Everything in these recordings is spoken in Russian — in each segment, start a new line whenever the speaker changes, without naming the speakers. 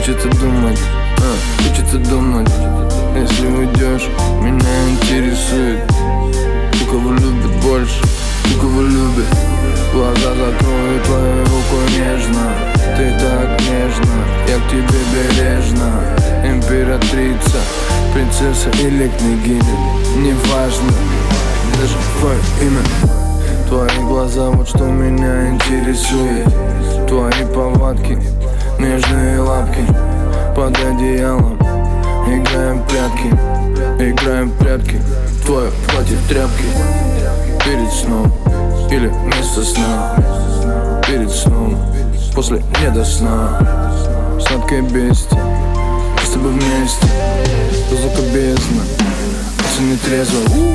Хочется думать, если уйдешь, меня интересует. Ты кого любит больше, ты кого любит. Глаза закрою, твою руку нежно. Ты так нежно, я к тебе бережно. Императрица, принцесса или княгиня, неважно, даже твое имя. Твои глаза, вот что меня интересует. Твои повадки, нежные лапки под одеялом. Играем в прятки. Твое платье в тряпке. Перед сном или вместо сна. Перед сном, после не до сна. Сладкое бестие, мы с тобой вместе. Музыка бездна, все не трезво.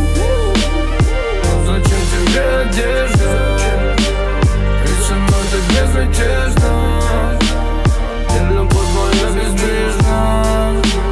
Зачем тебе одежда? Ведь со мной так безнадежно. И любовь моя безбрежна.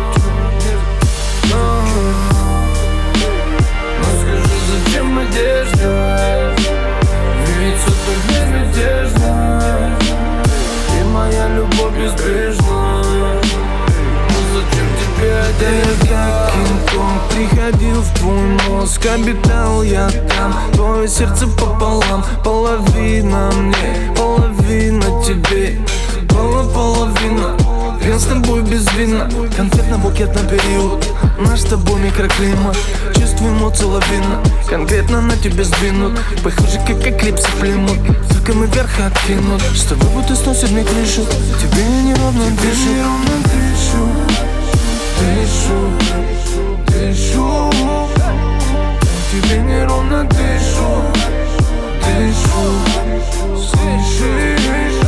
Но скажи, зачем одежда? Ведь все так безнадежно. И моя любовь безбрежна. Но зачем тебе одежда? Я как Кинг-Конг приходил в твой мозг, обитал я там. Твое сердце пополам, половина мне, половина тебе. Половина, я с тобой без вина. Конфетно-букетный период, наш с тобой микроклимат. Чувствую эмоции лавина, конкретно на тебе сдвинут. Похоже, как эклипсы племут, только мы вверх откинут. С тобой будто сносит мне крышу, тебе я неровно дышу. Дышу, тебе неровно дышу. Слышишь?